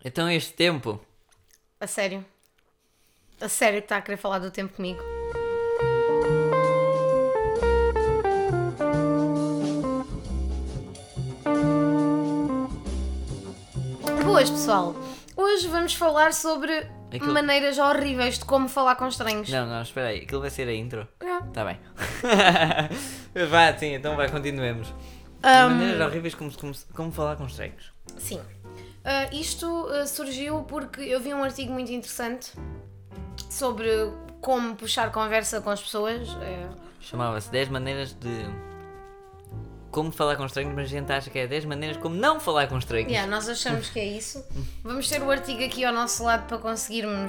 Então este tempo... A sério? A sério que está a querer falar do tempo comigo? Boas, pessoal. Hoje vamos falar sobre maneiras horríveis de como falar com estranhos. Não, espera aí. Aquilo vai ser a intro? É. Tá bem. Vai, sim, então maneiras horríveis como falar com estranhos. Sim. Isto surgiu porque eu vi um artigo muito interessante sobre como puxar conversa com as pessoas. Chamava-se 10 maneiras de como falar com estranhos, mas a gente acha que é 10 maneiras como não falar com estranhos. Nós achamos que é isso. Vamos ter o artigo aqui ao nosso lado para conseguirmos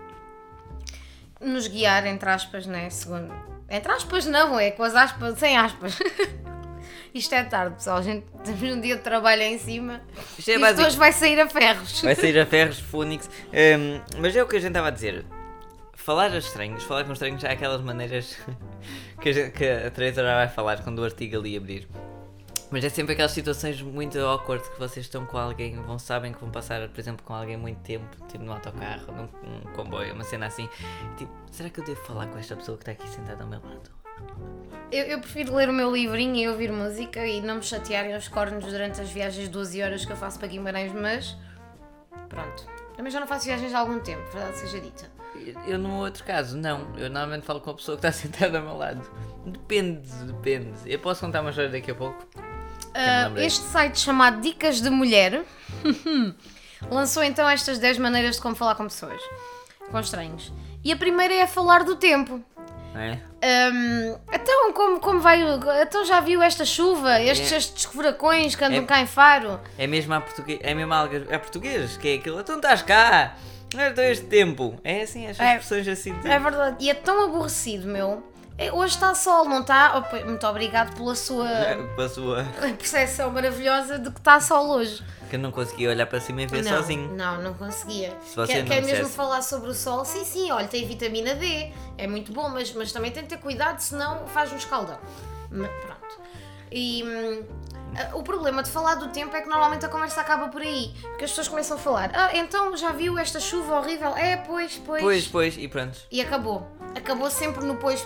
nos guiar, entre aspas, né? Segundo... Entre aspas não, é com as aspas, sem aspas. Isto é tarde, pessoal. A gente temos um dia de trabalho em cima. Isto hoje vai sair a ferros. Vai sair a ferros, Fónix. Mas é o que a gente estava a dizer. Falar com estranhos, há aquelas maneiras que a Teresa vai falar quando o artigo ali abrir. Mas é sempre aquelas situações muito awkward que vocês estão com alguém, sabem que vão passar, por exemplo, com alguém muito tempo, tipo num autocarro, num comboio, uma cena assim. Tipo, será que eu devo falar com esta pessoa que está aqui sentada ao meu lado? Eu prefiro ler o meu livrinho e ouvir música e não me chatearem os cornos durante as viagens de 12 horas que eu faço para Guimarães, mas pronto. Também já não faço viagens há algum tempo, verdade seja dita. Eu no outro caso, não. Eu normalmente falo com a pessoa que está sentada ao meu lado. Depende. Eu posso contar uma história daqui a pouco? Este site chamado Dicas de Mulher lançou então estas 10 maneiras de como falar com pessoas, com estranhos. E a primeira é falar do tempo. É? Então, como vai? Então já viu esta chuva? Estes furacões que andam cá em Faro? É mesmo a português, que é aquilo. Então estás cá, não é todo este tempo. É assim, estas expressões assim. É verdade, e é tão aborrecido, meu. Hoje está sol, não está? Muito obrigado pela sua percepção maravilhosa de que está sol hoje. Que eu não conseguia olhar para cima e ver sozinho. Não conseguia. Quer mesmo falar sobre o sol? Sim, olha, tem vitamina D, é muito bom, mas também tem que ter cuidado, senão faz um escaldão. Pronto. E o problema de falar do tempo é que normalmente a conversa acaba por aí, porque as pessoas começam a falar, então já viu esta chuva horrível? Pois, e pronto. E acabou sempre no pois.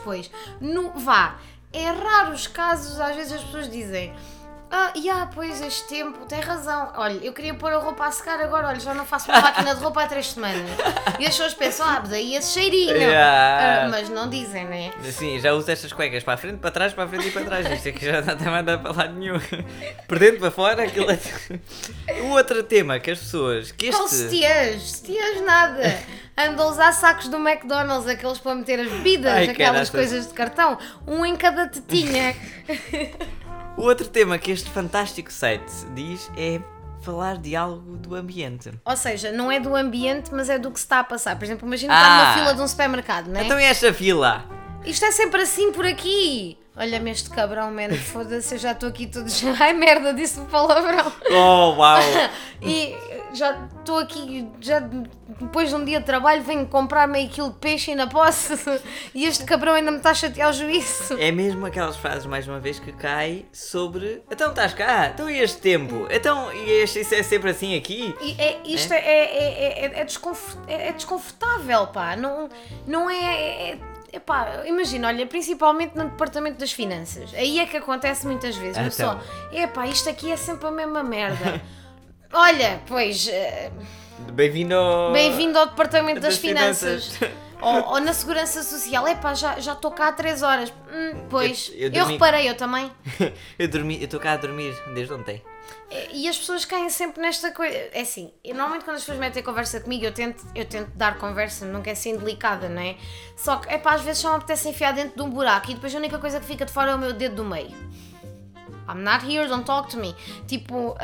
É raro os casos, às vezes as pessoas dizem, pois este tempo, tem razão, olha, eu queria pôr a roupa a secar agora, olha, já não faço uma máquina de roupa há 3 semanas. E as pessoas pensam, daí esse cheirinho. Mas não dizem, né? Sim, já uso estas cuecas para a frente, para trás, para a frente e para trás. Isto aqui já não está a dar para lado nenhum. Por dentro, para fora, aquilo é... Um outro tema que as pessoas... Sutiãs nada. Andam a usar sacos do McDonald's, aqueles para meter as bebidas, aquelas coisas de cartão. Um em cada tetinha. O outro tema que este fantástico site diz é falar de algo do ambiente. Ou seja, não é do ambiente, mas é do que se está a passar. Por exemplo, imagina estar numa fila de um supermercado, não é? Então é esta fila? Isto é sempre assim por aqui. Olha-me este cabrão, mano, foda-se, eu já estou aqui todo... Ai merda, disse-me palavrão. Oh, uau! E já estou aqui, já depois de um dia de trabalho venho comprar meio quilo de peixe e ainda posso. E este cabrão ainda me está a chatear o juízo. É mesmo aquelas frases, mais uma vez, que cai sobre... Então estás cá? Então e este tempo? Então, isso é sempre assim aqui? Isto é desconfortável, pá. Não é... Epá, imagina, olha, principalmente no departamento das finanças, aí é que acontece muitas vezes, mas só, isto aqui é sempre a mesma merda. Olha, pois, bem-vindo ao departamento das finanças. Ou na segurança social, já estou cá há 3 horas. Pois, eu reparei, eu também. Eu estou cá a dormir desde ontem. E as pessoas caem sempre nesta coisa. É assim, normalmente quando as pessoas metem conversa comigo, eu tento dar conversa, não quer ser indelicada, não é? Só que, às vezes só me apetece enfiar dentro de um buraco e depois a única coisa que fica de fora é o meu dedo do meio. I'm not here, don't talk to me. Tipo,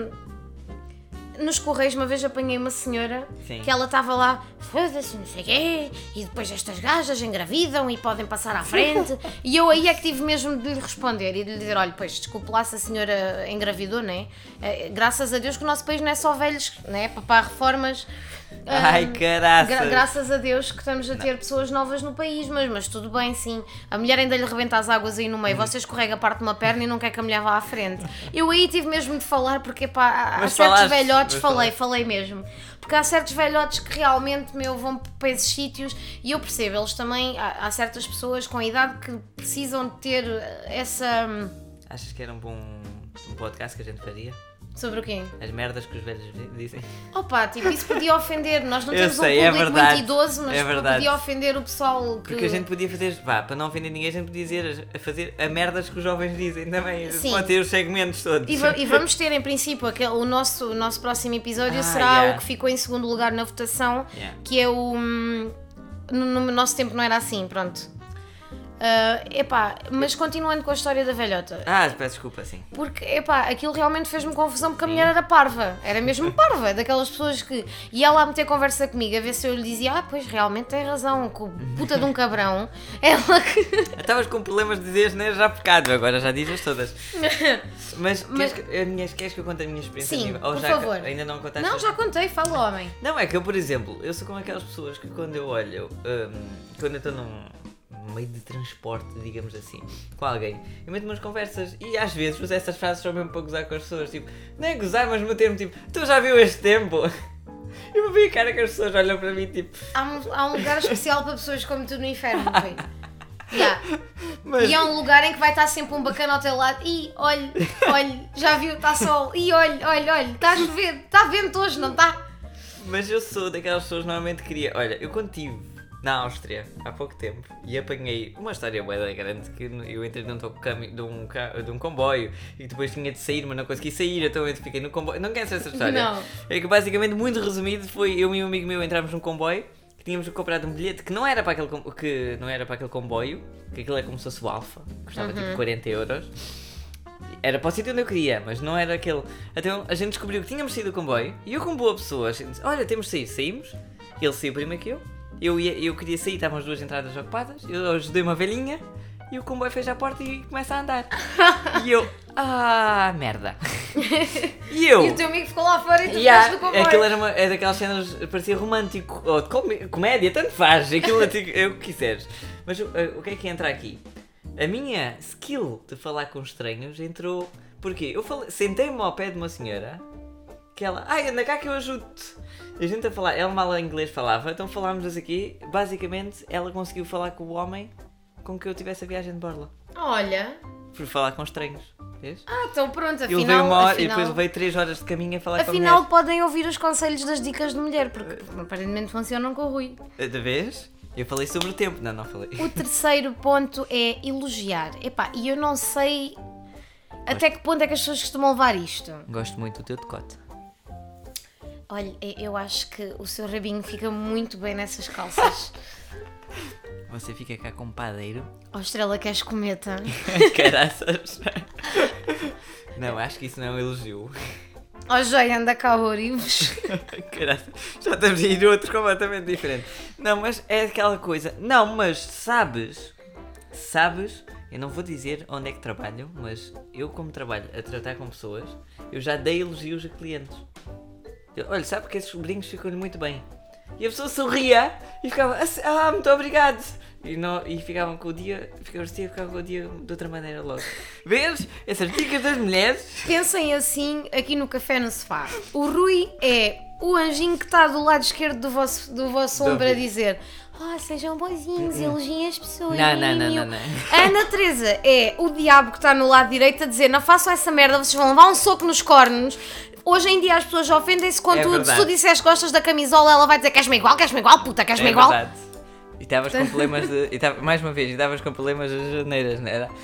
nos Correios uma vez apanhei uma senhora que ela estava lá, foda-se, não sei o quê, e depois estas gajas engravidam e podem passar à frente. E eu aí é que tive mesmo de lhe responder e de lhe dizer, olha, pois, desculpe lá se a senhora engravidou, não é? Graças a Deus que o nosso país não é só velhos, não é? Para reformas. Ai, caraças! Graças a Deus que estamos a ter pessoas novas no país, mas tudo bem, sim. A mulher ainda lhe rebenta as águas aí no meio, você escorrega a parte de uma perna e não quer que a mulher vá à frente. Eu aí tive mesmo de falar porque há certos velhotes velhotes falei mesmo. Porque há certos velhotes que realmente, vão para esses sítios e eu percebo, eles também, há certas pessoas com idade que precisam de ter essa... Achas que era um bom podcast que a gente faria? Sobre o quê? As merdas que os velhos dizem. Opa, tipo, isso podia ofender. Nós não Eu temos sei, um público verdade, muito idoso, mas podia ofender o pessoal que... Porque a gente podia fazer, para não ofender ninguém, a gente podia fazer a merdas que os jovens dizem também. Sim. Pode ter os segmentos todos. E vamos ter, em princípio, o nosso próximo episódio será o que ficou em segundo lugar na votação, que é o... No nosso tempo não era assim, pronto. Mas continuando com a história da velhota. Peço desculpa, sim. Porque, aquilo realmente fez-me confusão porque a mulher era parva. Era mesmo parva, daquelas pessoas que... E ela a meter conversa comigo, a ver se eu lhe dizia, pois realmente tem razão, com puta de um cabrão. Ela que... Estavas com problemas de dizer né, já pecado, agora já dizes todas. Mas queres que eu conte a minha experiência? Sim, ou por já favor. Ainda não contaste? Não, já contei, fala homem. Não, é que eu, por exemplo, eu sou como aquelas pessoas que quando eu olho, quando eu estou num meio de transporte, digamos assim, com alguém, eu meto umas conversas e às vezes uso essas frases só mesmo para gozar com as pessoas, tipo, não é gozar, mas meter-me tipo, tu já viu este tempo? E eu vi a cara que as pessoas olham para mim tipo... Há um lugar especial para pessoas como tu no inferno, bem. Mas... E é um lugar em que vai estar sempre um bacana ao teu lado. E olha, já viu, está sol. E olha, está a chover, está vento hoje, não está? Mas eu sou daquelas pessoas que normalmente queria... Olha, eu quando estive na Áustria há pouco tempo e apanhei uma história bué grande que eu entrei dentro de um comboio e depois tinha de sair, mas não consegui sair, então eu fiquei no comboio. Não quero essa história? Não. É que basicamente, muito resumido, foi eu e um amigo meu entramos num comboio que tínhamos comprado um bilhete que não era para aquele comboio, que aquilo é como se fosse o Alfa, custava tipo 40 €. Era para o sítio onde eu queria, mas não era aquele. Então a gente descobriu que tínhamos saído do comboio e eu, como boa pessoa, a gente disse, olha, temos de sair. Saímos, ele saiu primeiro que eu. Eu queria sair, estavam as duas entradas ocupadas, eu ajudei uma velhinha e o comboio fecha a porta e começa a andar. E eu, merda. E o teu amigo ficou lá fora e tu ficaste do comboio. Aquilo era daquelas cenas, parecia romântico, ou de comédia, tanto faz, aquilo é o que quiseres. Mas o que é que entra aqui? A minha skill de falar com estranhos entrou, porque sentei-me ao pé de uma senhora, que ela, anda cá que eu ajudo-te. A gente a falar, ela mal inglês falava, então falámos aqui, basicamente ela conseguiu falar com o homem com que eu tivesse a viagem de borla. Olha. Por falar com estranhos, vês? Então pronto, Ele veio uma hora e depois levei 3 horas de caminho a falar com a mulher. Afinal podem ouvir os conselhos das dicas de mulher, porque aparentemente funcionam com o Rui. Da vez? Eu falei sobre o tempo, não falei. O terceiro ponto é elogiar. E eu não sei até que ponto é que as pessoas costumam levar isto. Gosto muito do teu decote. Olha, eu acho que o seu rabinho fica muito bem nessas calças. Você fica cá com um padeiro. Estrela, queres cometa? Caraças. Não, acho que isso não é um elogio. Joia, anda cá, Orivos. Caraças, já estamos a ir outro completamente diferente. Não, mas é aquela coisa. Não, mas sabes, eu não vou dizer onde é que trabalho, mas eu, como trabalho a tratar com pessoas, eu já dei elogios a clientes. Olha, sabe que esses brincos ficam-lhe muito bem. E a pessoa sorria e ficava, muito obrigado. E ficavam com o dia, ficavam com o dia de outra maneira logo. Vês? Essas dicas das mulheres. Pensem assim aqui no Café no Sofá. O Rui é o anjinho que está do lado esquerdo do vosso ombro a dizer sejam bonzinhos, elogiem as pessoas. Não. A Ana Teresa é o diabo que está no lado direito a dizer, não façam essa merda, vocês vão levar um soco nos cornos. Hoje em dia as pessoas já ofendem-se com tudo. Se tu disseres que gostas da camisola, ela vai dizer queres-me igual, puta, queres-me igual. Verdade. E estavas com problemas mais uma vez, estavas com problemas de janeiras, não era?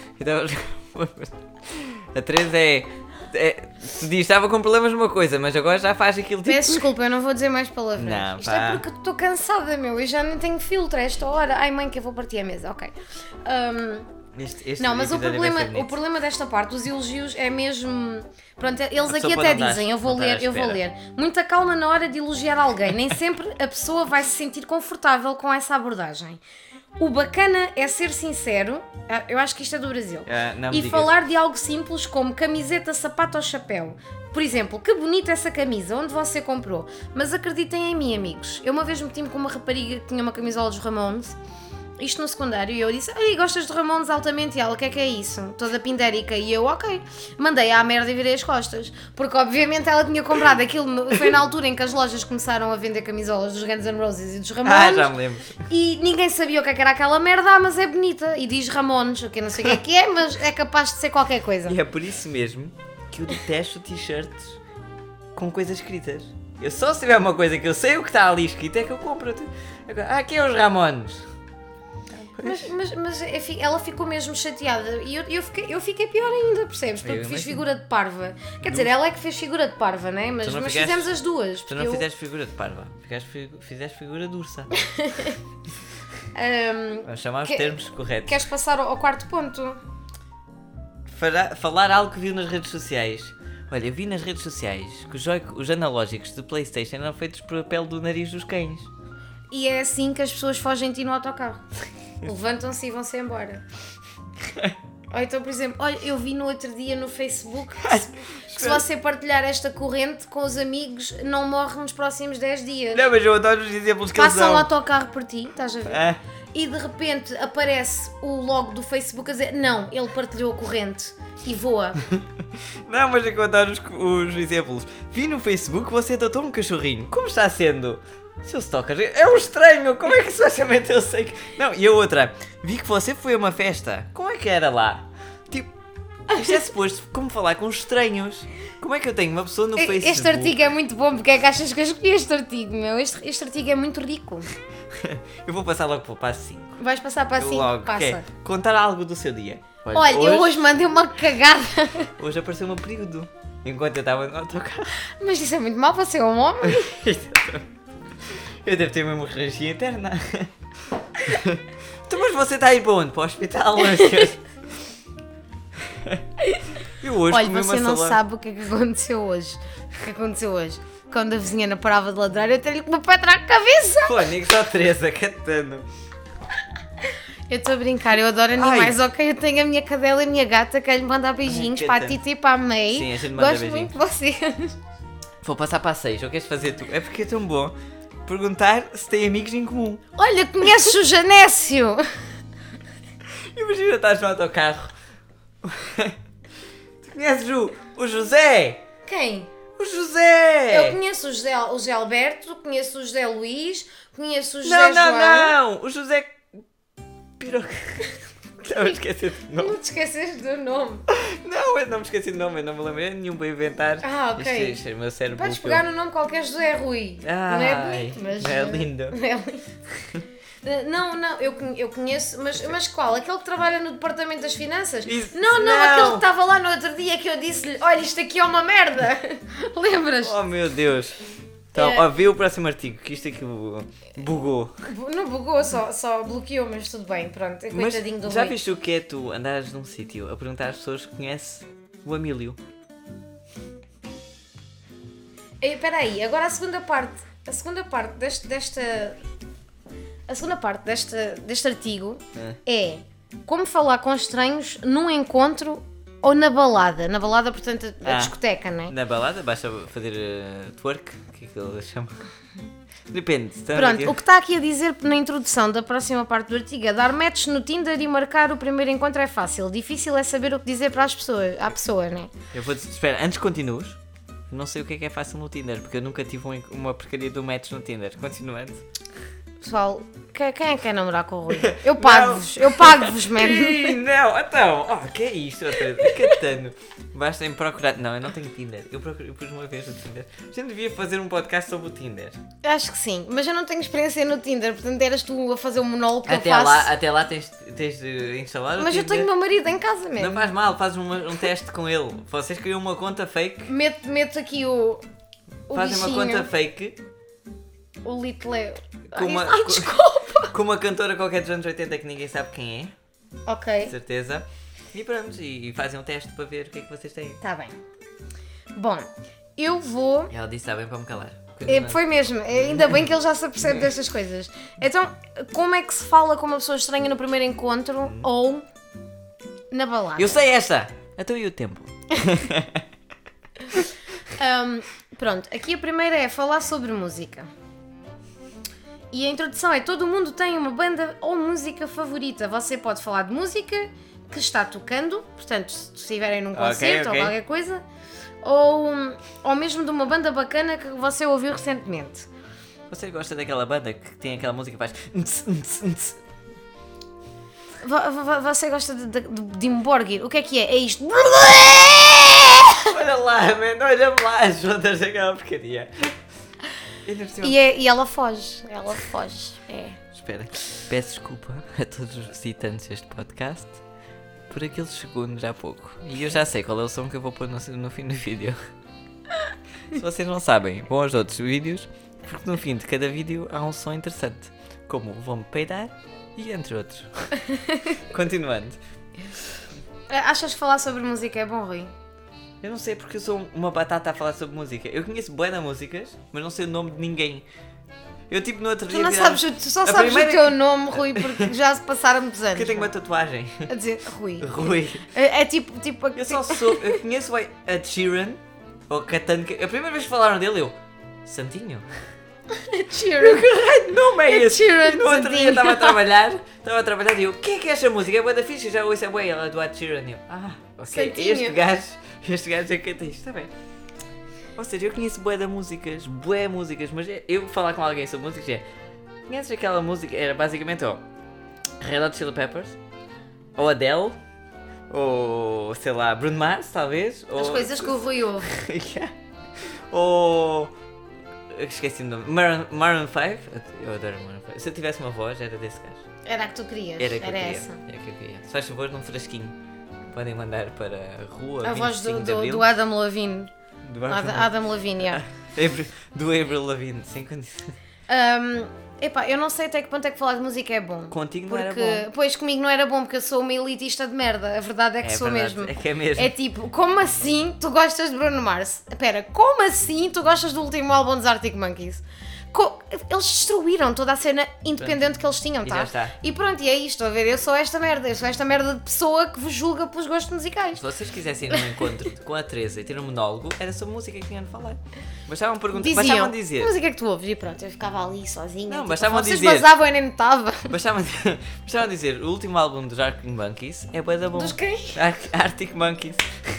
A Teresa se diz, estava com problemas numa coisa, mas agora já faz aquilo tipo... Peço desculpa, eu não vou dizer mais palavras. Não, isto é porque estou cansada, eu já nem tenho filtro a esta hora. Ai mãe, que eu vou partir a mesa, ok. Não, mas o problema desta parte, os elogios é mesmo... Pronto, eles aqui até dizem, eu vou ler. Muita calma na hora de elogiar alguém. Nem sempre a pessoa vai se sentir confortável com essa abordagem. O bacana é ser sincero, eu acho que isto é do Brasil, e falar de algo simples como camiseta, sapato ou chapéu. Por exemplo, que bonita essa camisa, onde você comprou? Mas acreditem em mim, amigos, eu uma vez meti-me com uma rapariga que tinha uma camisola dos Ramones isto no secundário, e eu disse, ei, gostas de Ramones altamente? E ela, o que é isso? Toda pindérica. E eu, ok. Mandei à merda e virei as costas. Porque obviamente ela tinha comprado aquilo, foi na altura em que as lojas começaram a vender camisolas dos Guns N' Roses e dos Ramones. Já me lembro. E ninguém sabia o que era aquela merda, mas é bonita. E diz Ramones, o que eu não sei o que é, mas é capaz de ser qualquer coisa. E é por isso mesmo que eu detesto t-shirts com coisas escritas. Eu só se tiver uma coisa que eu sei o que está ali escrito é que eu compro. Agora, aqui é os Ramones. Mas ela ficou mesmo chateada e eu fiquei pior ainda, percebes? Porque fiz figura de parva. Quer dizer, ela é que fez figura de parva, né? Mas fizemos as duas. Tu não fizeste figura de parva, fizeste figura de ursa. Vamos chamar os termos corretos. Queres passar ao quarto ponto? Falar algo que viu nas redes sociais. Olha, eu vi nas redes sociais que os analógicos de PlayStation eram feitos por papel do nariz dos cães. E é assim que as pessoas fogem de ti no autocarro. Levantam-se e vão-se embora. Ou então, por exemplo, olha, eu vi no outro dia no Facebook que se você partilhar esta corrente com os amigos, não morre nos próximos 10 dias. Não, mas eu adoro os exemplos que eles dão. Passam o autocarro por ti, estás a ver? E de repente aparece o logo do Facebook a dizer, não, ele partilhou a corrente e voa. Não, mas eu adoro os exemplos. Vi no Facebook que você adotou um cachorrinho. Como está sendo? Seu stalker, é um estranho, como é que supostamente eu sei que... Não, e a outra, vi que você foi a uma festa, como é que era lá? Tipo, isto é suposto como falar com estranhos. Como é que eu tenho uma pessoa no Facebook... Este artigo é muito bom, porque é que achas que eu escolhi este artigo, meu? Este artigo é muito rico. Eu vou passar logo para o passo 5. Vais passar para 5? Passa. Que é contar algo do seu dia. Olha, eu hoje mandei uma cagada. Hoje apareceu um período, enquanto eu estava no autocarro. Mas isso é muito mau para ser um homem. Eu devo ter uma hemorragia interna. Então, mas você está a ir para onde? Para o hospital? Eu hoje olha, comi você uma não salada. sabe o que é que aconteceu hoje. O que aconteceu hoje? Quando a vizinha não parava de ladrar, eu tenho-lhe com uma pedra à cabeça. Pô, amigo, só Teresa, catando. Eu estou a brincar, eu adoro animais, ok? Eu tenho a minha cadela e a minha gata que lhe mandar beijinhos para a Tita e para a May. Sim, a gente manda Gosto beijinhos. muito de vocês. Vou passar para a 6, ou queres fazer tu? É porque é tão bom perguntar se tem amigos em comum. Olha, conheces o Janécio? Imagina, estás no autocarro. Tu conheces o José? Quem? O José! Eu conheço o José Alberto, conheço o José Luís, conheço o José João. Não! O José... Piroca... Estava a esquecer do nome. Não te esqueceste do nome. Não, eu não me esqueci do nome, eu não me lembro nenhum para inventar. Ah, ok. Isto é o meu cérebro. Podes pegar no nome qualquer José Rui. Não é bonito, mas... É lindo. É lindo. Não, eu conheço, mas qual? Aquele que trabalha no departamento das finanças? Isso, Não, não. aquele que estava lá no outro dia que eu disse-lhe, olha, isto aqui é uma merda. Lembras? Oh meu Deus. Então, vê o próximo artigo, que isto aqui bugou. Não bugou, só bloqueou, mas tudo bem, pronto. Mas Coitadinho do já Rui. viste o que é tu andares num sítio a perguntar às pessoas que conhecem o Amílio? Espera aí, agora a segunda parte deste artigo é como falar com estranhos num encontro ou na balada. Na balada, portanto, a discoteca, não é? Na balada, basta fazer twerk, que é que ele chama? Depende. Pronto, o que está aqui a dizer na introdução da próxima parte do artigo é dar match no Tinder e marcar o primeiro encontro é fácil. Difícil é saber o que dizer para à pessoa, não é? Eu vou-te... Espera, antes continues. Não sei o que é fácil no Tinder, porque eu nunca tive uma porcaria de um match no Tinder. Continuando. Pessoal, quem é que quer namorar com o Rui? Eu pago-vos, man. Não, então, que é isto? Catano. Basta em procurar. Não, eu não tenho Tinder. Eu pus uma vez no Tinder. A gente devia fazer um podcast sobre o Tinder. Acho que sim, mas eu não tenho experiência no Tinder, portanto eras tu a fazer um monólogo que eu faço. Até lá tens de instalar o Mas Tinder. eu tenho meu marido em casa mesmo. Não faz mal, fazes um teste com ele. Vocês criam uma conta fake. Meto aqui o Fazem bichinho, uma conta fake. o Little... Desculpa! Com uma cantora qualquer dos anos 80 que ninguém sabe quem é. Ok. De certeza. E pronto, e fazem um teste para ver o que é que vocês têm. Tá bem. Bom, eu vou... Ela disse, está bem para me calar. Foi mesmo, ainda bem que ele já se apercebe destas coisas. Então, como é que se fala com uma pessoa estranha no primeiro encontro ou na balada? Eu sei esta! Então e o tempo? Pronto, aqui a primeira é falar sobre música. E a introdução é: todo mundo tem uma banda ou música favorita. Você pode falar de música que está tocando, portanto, se estiverem num concerto ou qualquer coisa, ou mesmo de uma banda bacana que você ouviu recentemente. Você gosta daquela banda que tem aquela música que faz... Você gosta de Dimmu Borgir? O que é? É isto. Olha lá, man, olha lá as juntas daquela porcaria. E ela foge. É. Espera, peço desculpa a todos os visitantes deste podcast por aqueles segundos há pouco. E eu já sei qual é o som que eu vou pôr no fim do vídeo. Se vocês não sabem, vão aos outros vídeos, porque no fim de cada vídeo há um som interessante, como vou-me peidar e entre outros. Continuando. Achas que falar sobre música é bom, Rui? Eu não sei porque eu sou uma batata a falar sobre música. Eu conheço bué de músicas, mas não sei o nome de ninguém. Eu tipo no outro dia... Tu só sabes o teu nome, Rui, porque já se passaram muitos anos. Porque eu tenho uma tatuagem. A dizer Rui. Rui. É tipo... Eu conheço a Sheeran, ou Katanka. A primeira vez que falaram dele, eu... Santinho? Sheeran. Que raio de nome é esse? Sheeran, No outro dia estava a trabalhar e eu... O que é esta música? É bué da fixe, já ouço a bué, ela é do Ed Sheeran. Eu, ok, Santinho. este gajo é que canta isto, está bem. Ou seja, eu conheço bué músicas, mas eu falar com alguém sobre músicas é... Conheces aquela música? Era basicamente, Red Hot Chili Peppers, ou Adele, ou, sei lá, Bruno Mars, talvez. As coisas que o Rui ouve. Ou... Esqueci-me do nome. Maroon 5. Eu adoro Maroon 5. Se eu tivesse uma voz, era desse gajo. Era a que tu querias. Era que eu queria. Essa. Era que eu queria. Se faz favor, num frasquinho. Podem mandar para a rua A voz 25 de Abril. do Adam Levine. Do Adam Levine, yeah. Do Avril Lavigne, sem condição. Epá, eu não sei até que ponto é que falar de música é bom. Contigo não porque, era bom. Pois, comigo não era bom, porque eu sou uma elitista de merda. A verdade é que sou verdade, mesmo. É que é mesmo. É tipo, como assim tu gostas de Bruno Mars? Espera, como assim tu gostas do último álbum dos Arctic Monkeys? Eles destruíram toda a cena independente que eles tinham, E tá? já está. E pronto, e é isto, a ver, eu sou esta merda de pessoa que vos julga pelos gostos musicais. Se vocês quisessem ir num encontro com a Teresa e ter um monólogo, era sobre música que tinham de falar. Bastavam Diziam, dizer. que música é que tu ouves? E pronto, eu ficava ali sozinha. Não, tipo, bastavam vocês dizer. basavam, eu nem notava. Bastavam dizer, o último álbum dos Arctic Monkeys é bué da bom. Dos quem? Arctic Monkeys.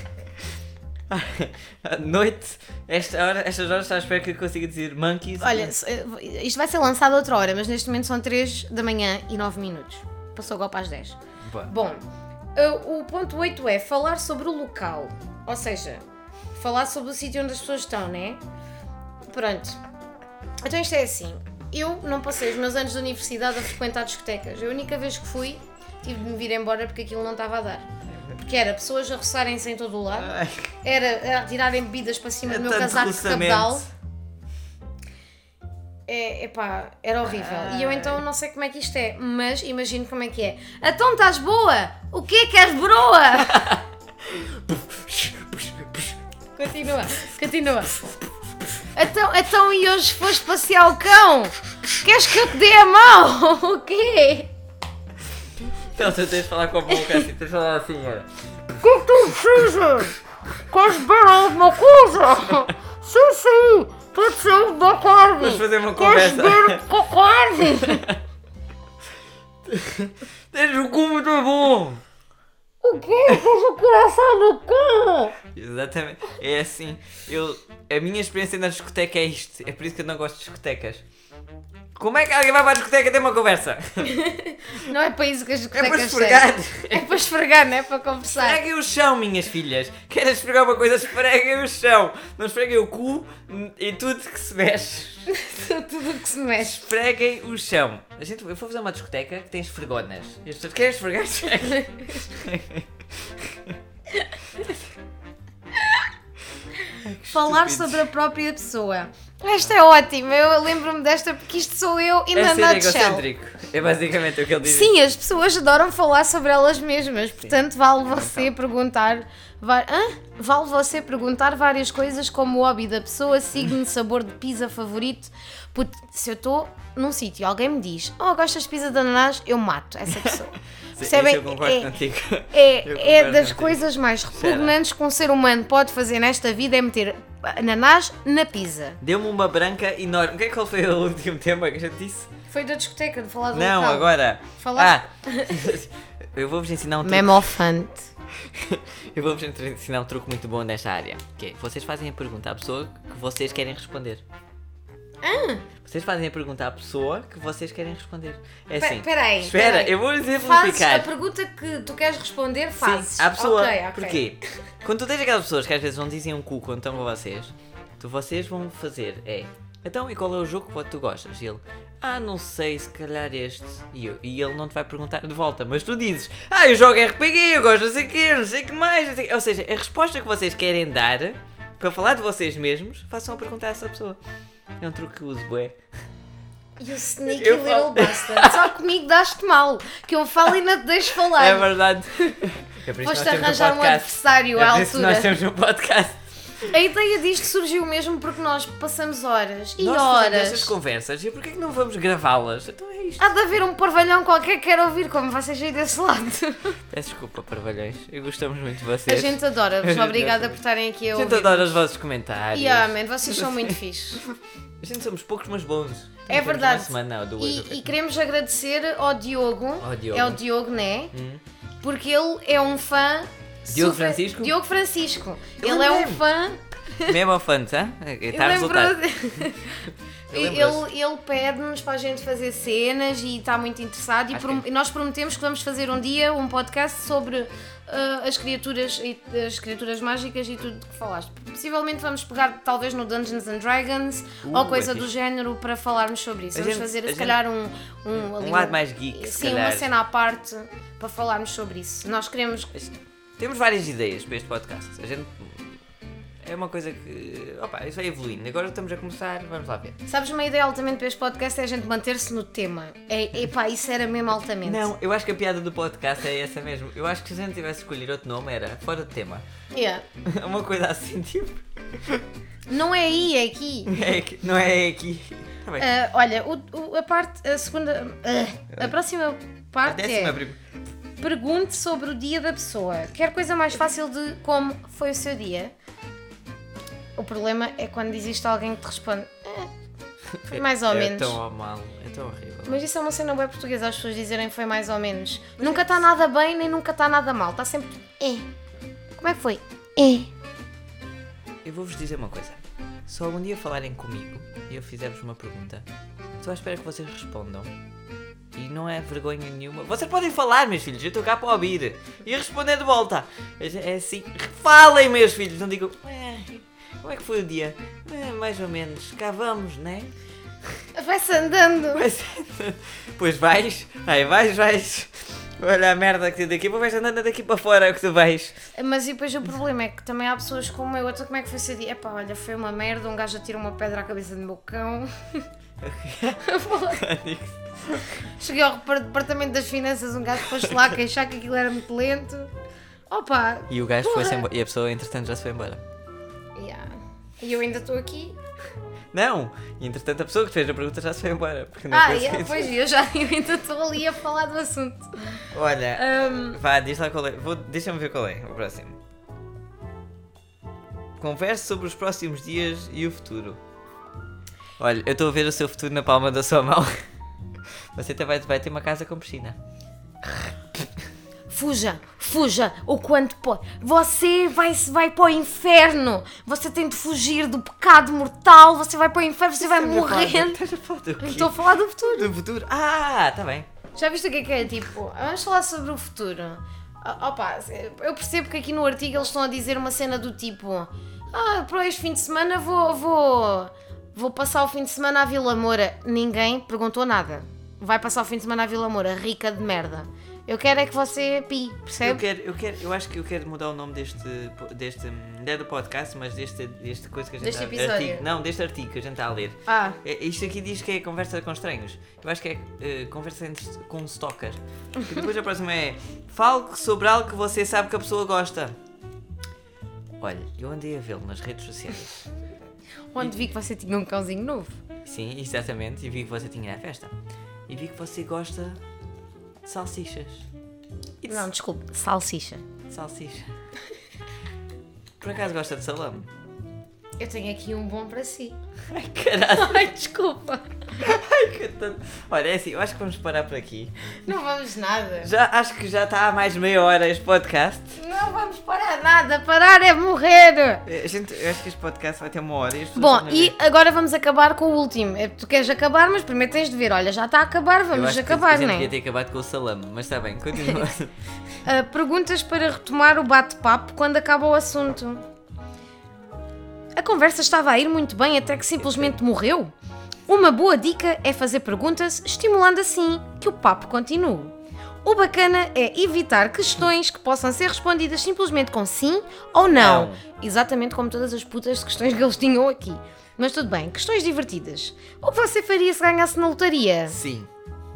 À noite, estas horas está à espera que eu consiga dizer Monkeys. Olha, isto vai ser lançado outra hora, mas neste momento são 3 da manhã e 9 minutos. Passou agora para as 10. Boa. Bom, o ponto 8 é falar sobre o local. Ou seja, falar sobre o sítio onde as pessoas estão, né? Pronto. Então isto é assim. Eu não passei os meus anos de universidade a frequentar discotecas. A única vez que fui, tive de me vir embora porque aquilo não estava a dar. Porque era pessoas a roçarem-se em todo o lado, era a tirarem bebidas para cima do meu casaco de cabedal. Epá, era horrível. E eu então não sei como é que isto é, mas imagino como é que é. Então estás boa? O que é que és broa? Continua. Então e hoje foste passear o cão? Queres que eu te dê a mão? O quê? Então tu tens de falar com a boca assim, tens de falar assim, olha. O que é que tu precisas? Queres beber alguma coisa? Sim, pode ser um Bacardi. Vamos fazer uma conversa. Queres beber Bacardi? Tens o cu muito bom. O quê? Tens o coração no cu? Exatamente, é assim, a minha experiência na discoteca é isto, é por isso que eu não gosto de discotecas. Como é que alguém vai para a discoteca e tem uma conversa? Não é para isso que as É para discotecas esfregar. É para esfregar, não é para conversar. Esfreguem o chão, minhas filhas. Querem esfregar uma coisa, esfreguem o chão. Não esfreguem o cu e tudo que se mexe. Tudo o que se mexe. Esfreguem o chão. Eu vou fazer uma discoteca que tem esfregonas. E as pessoas querem esfregar, esfreguem. Falar sobre a própria pessoa. Esta é ótima, eu lembro-me desta porque isto sou eu e na ser nutshell. egocêntrico. É basicamente o que ele diz. Sim, as pessoas adoram falar sobre elas mesmas, portanto vale você perguntar várias coisas como o hobby da pessoa, signo, sabor de pizza favorito. Se eu estou num sítio e alguém me diz gostas de pizza de ananás, eu mato essa pessoa. Percebem? Eu concordo contigo. É das coisas mais repugnantes que um ser humano pode fazer nesta vida, é meter ananás na pizza. Deu-me uma branca enorme. O que é que foi o último tema que a gente disse? Foi da discoteca, de falar do Não, local. agora. Falaste? Eu vou-vos ensinar um truque. Memofante. Eu vou-vos ensinar um truque muito bom nesta área. Que é, vocês fazem a pergunta à pessoa que vocês querem responder. Vocês fazem a pergunta à pessoa que vocês querem responder. É assim. Peraí. Espera, eu vou exemplificar. Fazes a pergunta que tu queres responder, fazes. Sim, à pessoa. Ok. Porquê? Quando tu tens aquelas pessoas que às vezes não dizem um cu quando estão com vocês vão fazer então, e qual é o jogo que tu gostas? E ele, não sei, se calhar este. E ele não te vai perguntar de volta, mas tu dizes, eu jogo RPG, eu gosto de não sei o que mais. Não sei o quê. Ou seja, a resposta que vocês querem dar, para falar de vocês mesmos, façam a perguntar a essa pessoa. É um truque que uso, bué. You sneaky little bastard. Só comigo daste mal. Que eu falo e não te deixo falar. É verdade. É por isso que Foste nós temos arranjar um adversário à É por isso que nós altura. temos um podcast. A ideia disto surgiu mesmo porque nós passamos horas e Nós fazemos horas. essas conversas e porquê que não vamos gravá-las? Então é isto. Há de haver um parvalhão qualquer que queira ouvir, como vocês aí desse lado. Peço desculpa, parvalhões. Eu gostamos muito de A vocês. gente adora-vos. Obrigada por estarem aqui a A ouvir. gente adora os vossos comentários. Man, vocês são muito fixes. A gente somos poucos, mas bons. É Temos verdade. Uma semana ou duas. E queremos agradecer ao Diogo. Ao Diogo. É o Diogo, né? Porque ele é um fã. Diogo Francisco? Diogo Francisco. Eu Ele é um lembro-me. fã. Mesmo ao fã, tá? Está a resultar. Ele pede-nos para a gente fazer cenas e está muito interessado e nós prometemos que vamos fazer um dia um podcast sobre as criaturas mágicas e tudo que falaste. Possivelmente vamos pegar talvez no Dungeons and Dragons ou coisa é do fixe. género para falarmos sobre isso. Vamos fazer se calhar um lado mais geek, se sim, calhar. uma cena à parte para falarmos sobre isso. Nós queremos. Temos várias ideias para este podcast. A gente... É uma coisa que... isso vai evoluindo. Agora estamos a começar, vamos lá ver. Sabes, uma ideia altamente para este podcast é a gente manter-se no tema. Isso era mesmo altamente. Não, eu acho que a piada do podcast é essa mesmo. Eu acho que se a gente tivesse escolhido outro nome era fora de tema. Yeah. Uma coisa assim, tipo... Não é aí, é aqui. Não é aqui. Tá bem. Olha, a segunda. A próxima parte pergunte sobre o dia da pessoa. Quer coisa mais fácil de como foi o seu dia? O problema é quando existe alguém que te responde foi mais ou menos. É tão mal, é tão horrível. Mas isso é uma cena bem portuguesa, as pessoas dizerem foi mais ou menos. Nunca está nada bem, nem nunca está nada mal. Está sempre Como é que foi? Eu vou-vos dizer uma coisa. Se algum dia falarem comigo e eu fizer-vos uma pergunta, estou à espera que vocês respondam. E não é vergonha nenhuma. Vocês podem falar, meus filhos, eu estou cá para ouvir. E responder de volta. É assim, falem, meus filhos. Não digam, como é que foi o dia? Mais ou menos, cá vamos, né? Vai-se andando. Pois vais. Olha a merda que tem daqui, vais andando daqui para fora, é o que tu vais. Mas e depois o problema é que também há pessoas como eu, como é que foi esse dia? Olha, foi uma merda, um gajo atira uma pedra à cabeça do meu cão. Cheguei ao departamento das finanças, um gajo depois lá queixar que aquilo era muito lento. Opa! E o gajo foi-se embora, e a pessoa entretanto já se foi embora. Yeah. E eu ainda estou aqui. Não! E entretanto a pessoa que fez a pergunta já se foi embora. Porque não Pois eu ainda estou ali a falar do assunto. Olha, vá, diz lá qual é. Deixa-me ver qual é o próximo. Converse sobre os próximos dias e o futuro. Olha, eu estou a ver o seu futuro na palma da sua mão. Você até vai ter uma casa com piscina. Fuja o quanto pode. Você vai para o inferno. Você tem de fugir do pecado mortal. Você vai para o inferno, você vai morrer. Estás a falar do quê? Estou a falar do futuro. Do futuro? Tá bem. Já viste o que é? Tipo, vamos falar sobre o futuro. Opa, eu percebo que aqui no artigo eles estão a dizer uma cena do tipo para este fim de semana vou passar o fim de semana à Vila Moura. Ninguém perguntou nada. Vai passar o fim de semana à Vila Moura, rica de merda. Eu quero é que você percebe? Eu acho que eu quero mudar o nome deste não é do podcast, mas deste coisa que a gente Deste episódio? deste artigo que a gente está a ler. Isto aqui diz que é conversa com estranhos. Eu acho que é conversa com um stalker. E depois a próxima é fale sobre algo que você sabe que a pessoa gosta. Olha, eu andei a vê-lo nas redes sociais. Onde vi que você tinha um cãozinho novo. Sim, exatamente, e vi que você tinha a festa. E vi que você gosta de salsichas. Não, desculpe, salsicha. Salsicha. Por acaso gosta de salame? Eu tenho aqui um bom para si. Ai, caralho. Ai, desculpa. Ai, que tanto. Olha, é assim, eu acho que vamos parar por aqui. Não vamos nada. Acho que já está há mais de meia hora este podcast. Não vamos parar nada. Parar é morrer. Eu acho que este podcast vai ter uma hora e as pessoas Bom, estão a e ver. agora vamos acabar com o último. Tu queres acabar, mas primeiro tens de ver. Olha, já está a acabar, Eu vamos acho acabar, que a não gente devia é? ter acabado com o salame, mas está bem, continua. Perguntas para retomar o bate-papo quando acaba o assunto. A conversa estava a ir muito bem até que simplesmente morreu? Uma boa dica é fazer perguntas, estimulando assim que o papo continue. O bacana é evitar questões que possam ser respondidas simplesmente com sim ou não. Não. Exatamente como todas as putas de questões que eles tinham aqui. Mas tudo bem, questões divertidas. O que você faria se ganhasse na lotaria? Sim.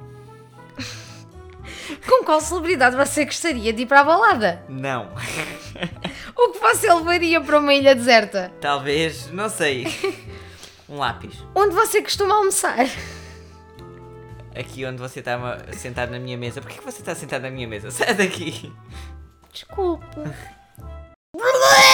Com qual celebridade você gostaria de ir para a balada? Não. O que você levaria para uma ilha deserta? Talvez, não sei. Um lápis. Onde você costuma almoçar? Aqui onde você está sentado na minha mesa. Porquê que você está sentado na minha mesa? Sai daqui. Desculpe.